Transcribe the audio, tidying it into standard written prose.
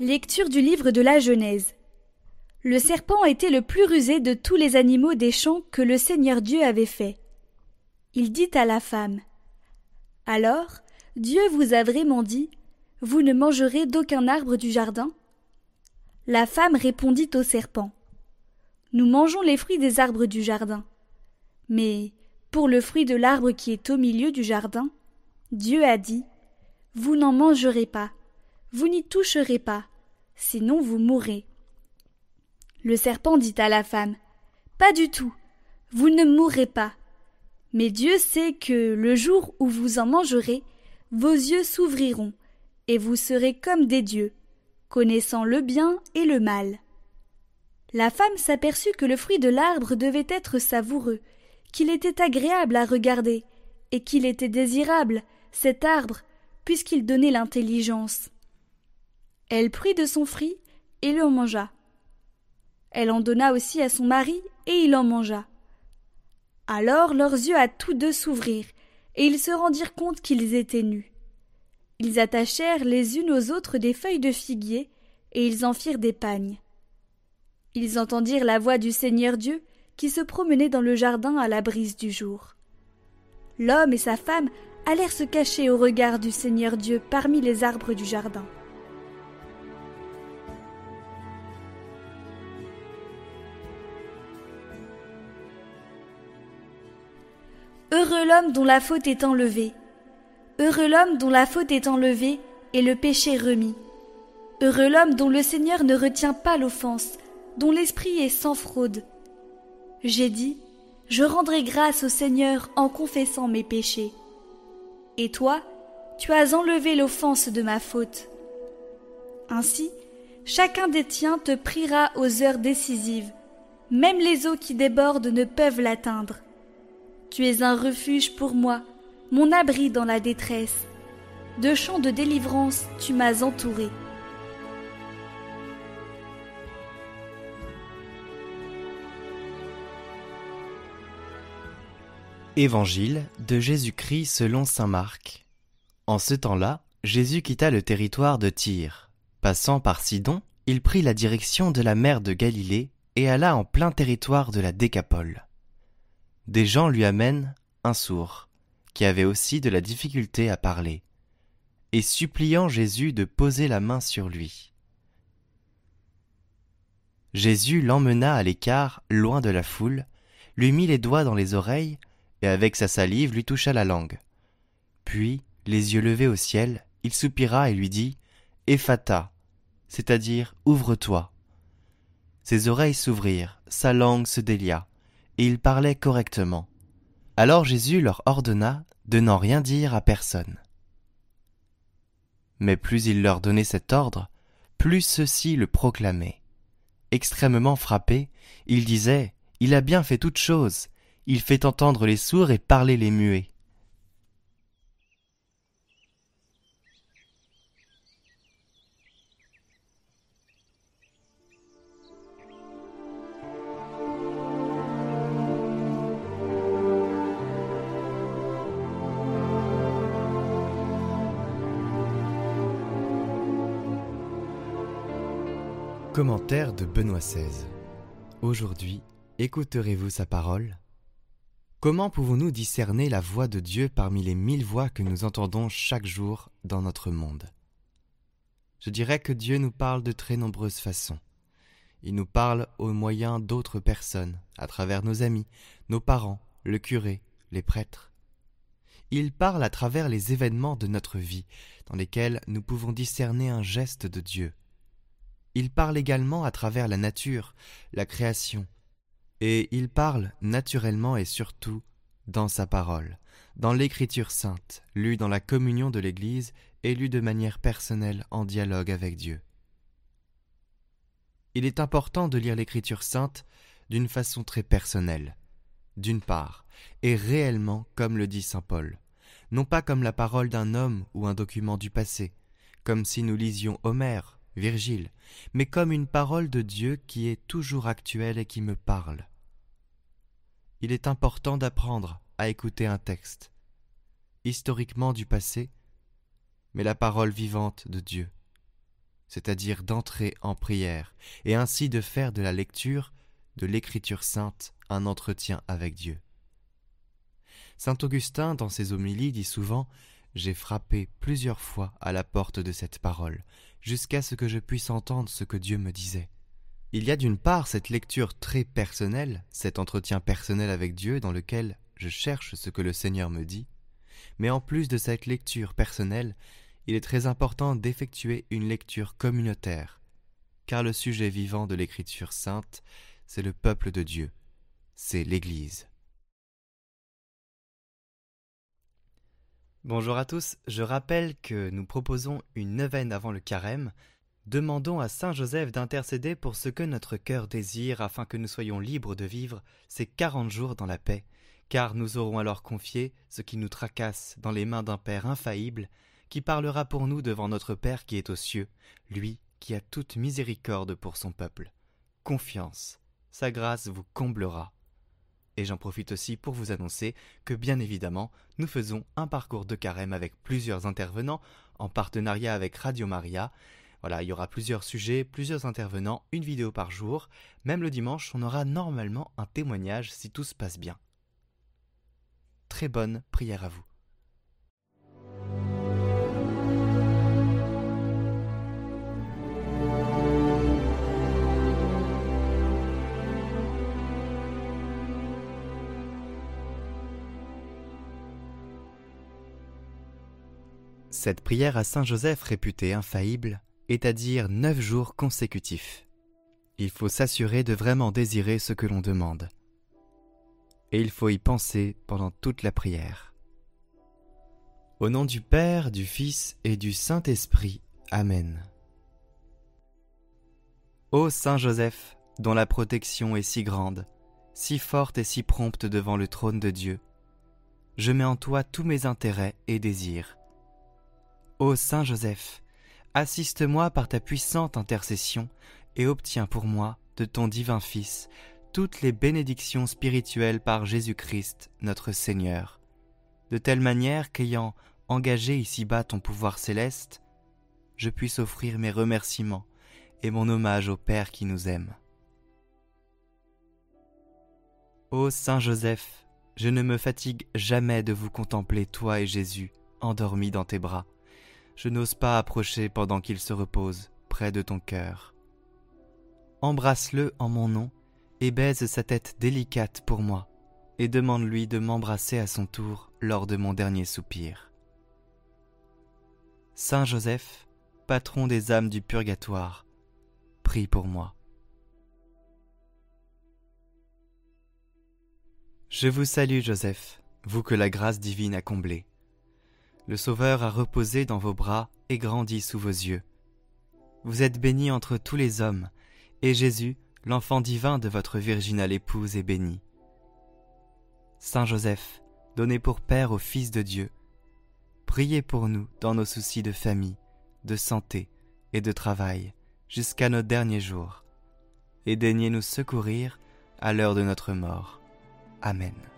Lecture du livre de la Genèse. Le serpent était le plus rusé de tous les animaux des champs que le Seigneur Dieu avait fait. Il dit à la femme : « Alors, Dieu vous a vraiment dit : vous ne mangerez d'aucun arbre du jardin ? » La femme répondit au serpent : « Nous mangeons les fruits des arbres du jardin. Mais pour le fruit de l'arbre qui est au milieu du jardin, Dieu a dit : vous n'en mangerez pas, vous n'y toucherez pas, sinon vous mourrez. » Le serpent dit à la femme : « Pas du tout, vous ne mourrez pas. Mais Dieu sait que le jour où vous en mangerez, vos yeux s'ouvriront, et vous serez comme des dieux, connaissant le bien et le mal. » La femme s'aperçut que le fruit de l'arbre devait être savoureux, qu'il était agréable à regarder, et qu'il était désirable, cet arbre, puisqu'il donnait l'intelligence. Elle prit de son fruit et l'en mangea. Elle en donna aussi à son mari, et il en mangea. Alors leurs yeux à tous deux s'ouvrirent, et ils se rendirent compte qu'ils étaient nus. Ils attachèrent les unes aux autres des feuilles de figuier, et ils en firent des pagnes. Ils entendirent la voix du Seigneur Dieu qui se promenait dans le jardin à la brise du jour. L'homme et sa femme allèrent se cacher au regard du Seigneur Dieu parmi les arbres du jardin. Heureux l'homme dont la faute est enlevée. Heureux l'homme dont la faute est enlevée et le péché remis. Heureux l'homme dont le Seigneur ne retient pas l'offense, dont l'esprit est sans fraude. J'ai dit : je rendrai grâce au Seigneur en confessant mes péchés. Et toi, tu as enlevé l'offense de ma faute. Ainsi, chacun des tiens te priera aux heures décisives. Même les eaux qui débordent ne peuvent l'atteindre. Tu es un refuge pour moi, mon abri dans la détresse. De chants de délivrance, tu m'as entouré. Évangile de Jésus-Christ selon saint Marc. En ce temps-là, Jésus quitta le territoire de Tyr. Passant par Sidon, il prit la direction de la mer de Galilée et alla en plein territoire de la Décapole. Des gens lui amènent un sourd, qui avait aussi de la difficulté à parler, et suppliant Jésus de poser la main sur lui. Jésus l'emmena à l'écart, loin de la foule, lui mit les doigts dans les oreilles, et avec sa salive lui toucha la langue. Puis, les yeux levés au ciel, il soupira et lui dit : « Ephata », c'est-à-dire « Ouvre-toi ». Ses oreilles s'ouvrirent, sa langue se délia, et il parlait correctement. Alors Jésus leur ordonna de n'en rien dire à personne. Mais plus il leur donnait cet ordre, plus ceux-ci le proclamaient. Extrêmement frappé, il disait : « Il a bien fait toutes choses. Il fait entendre les sourds et parler les muets. » Commentaire de Benoît XVI. Aujourd'hui, écouterez-vous sa parole ? Comment pouvons-nous discerner la voix de Dieu parmi les 1000 voix que nous entendons chaque jour dans notre monde ? Je dirais que Dieu nous parle de très nombreuses façons. Il nous parle au moyen d'autres personnes, à travers nos amis, nos parents, le curé, les prêtres. Il parle à travers les événements de notre vie, dans lesquels nous pouvons discerner un geste de Dieu. Il parle également à travers la nature, la création. Et il parle naturellement et surtout dans sa parole, dans l'Écriture sainte, lue dans la communion de l'Église et lue de manière personnelle en dialogue avec Dieu. Il est important de lire l'Écriture sainte d'une façon très personnelle, d'une part, et réellement comme le dit saint Paul, non pas comme la parole d'un homme ou un document du passé, comme si nous lisions Homère, Virgile, mais comme une parole de Dieu qui est toujours actuelle et qui me parle. Il est important d'apprendre à écouter un texte, historiquement du passé, mais la parole vivante de Dieu. c'est-à-dire d'entrer en prière, et ainsi de faire de la lecture de l'Écriture sainte un entretien avec Dieu. Saint Augustin, dans ses homélies, dit souvent « J'ai frappé plusieurs fois à la porte de cette parole, jusqu'à ce que je puisse entendre ce que Dieu me disait. » Il y a d'une part cette lecture très personnelle, cet entretien personnel avec Dieu dans lequel je cherche ce que le Seigneur me dit, mais en plus de cette lecture personnelle, il est très important d'effectuer une lecture communautaire, car le sujet vivant de l'Écriture sainte, c'est le peuple de Dieu, c'est l'Église. Bonjour à tous, je rappelle que nous proposons une neuvaine avant le carême. Demandons à Saint Joseph d'intercéder pour ce que notre cœur désire afin que nous soyons libres de vivre ces 40 jours dans la paix, car nous aurons alors confié ce qui nous tracasse dans les mains d'un Père infaillible qui parlera pour nous devant notre Père qui est aux cieux, lui qui a toute miséricorde pour son peuple. Confiance, sa grâce vous comblera. Et j'en profite aussi pour vous annoncer que bien évidemment, nous faisons un parcours de carême avec plusieurs intervenants en partenariat avec Radio Maria. Voilà, il y aura plusieurs sujets, plusieurs intervenants, une vidéo par jour. Même le dimanche, on aura normalement un témoignage si tout se passe bien. Très bonne prière à vous. Cette prière à Saint Joseph réputée infaillible est à dire 9 jours consécutifs. Il faut s'assurer de vraiment désirer ce que l'on demande. Et il faut y penser pendant toute la prière. Au nom du Père, du Fils et du Saint-Esprit. Amen. Ô Saint Joseph, dont la protection est si grande, si forte et si prompte devant le trône de Dieu, je mets en toi tous mes intérêts et désirs. Ô Saint Joseph, assiste-moi par ta puissante intercession et obtiens pour moi, de ton divin Fils, toutes les bénédictions spirituelles par Jésus-Christ, notre Seigneur, de telle manière qu'ayant engagé ici-bas ton pouvoir céleste, je puisse offrir mes remerciements et mon hommage au Père qui nous aime. Ô Saint Joseph, je ne me fatigue jamais de vous contempler, toi et Jésus, endormis dans tes bras. Je n'ose pas approcher pendant qu'il se repose près de ton cœur. Embrasse-le en mon nom et baise sa tête délicate pour moi et demande-lui de m'embrasser à son tour lors de mon dernier soupir. Saint Joseph, patron des âmes du purgatoire, prie pour moi. Je vous salue Joseph, vous que la grâce divine a comblé. Le Sauveur a reposé dans vos bras et grandi sous vos yeux. Vous êtes béni entre tous les hommes, et Jésus, l'enfant divin de votre virginale épouse, est béni. Saint Joseph, donné pour Père au Fils de Dieu, priez pour nous dans nos soucis de famille, de santé et de travail, jusqu'à nos derniers jours, et daignez nous secourir à l'heure de notre mort. Amen.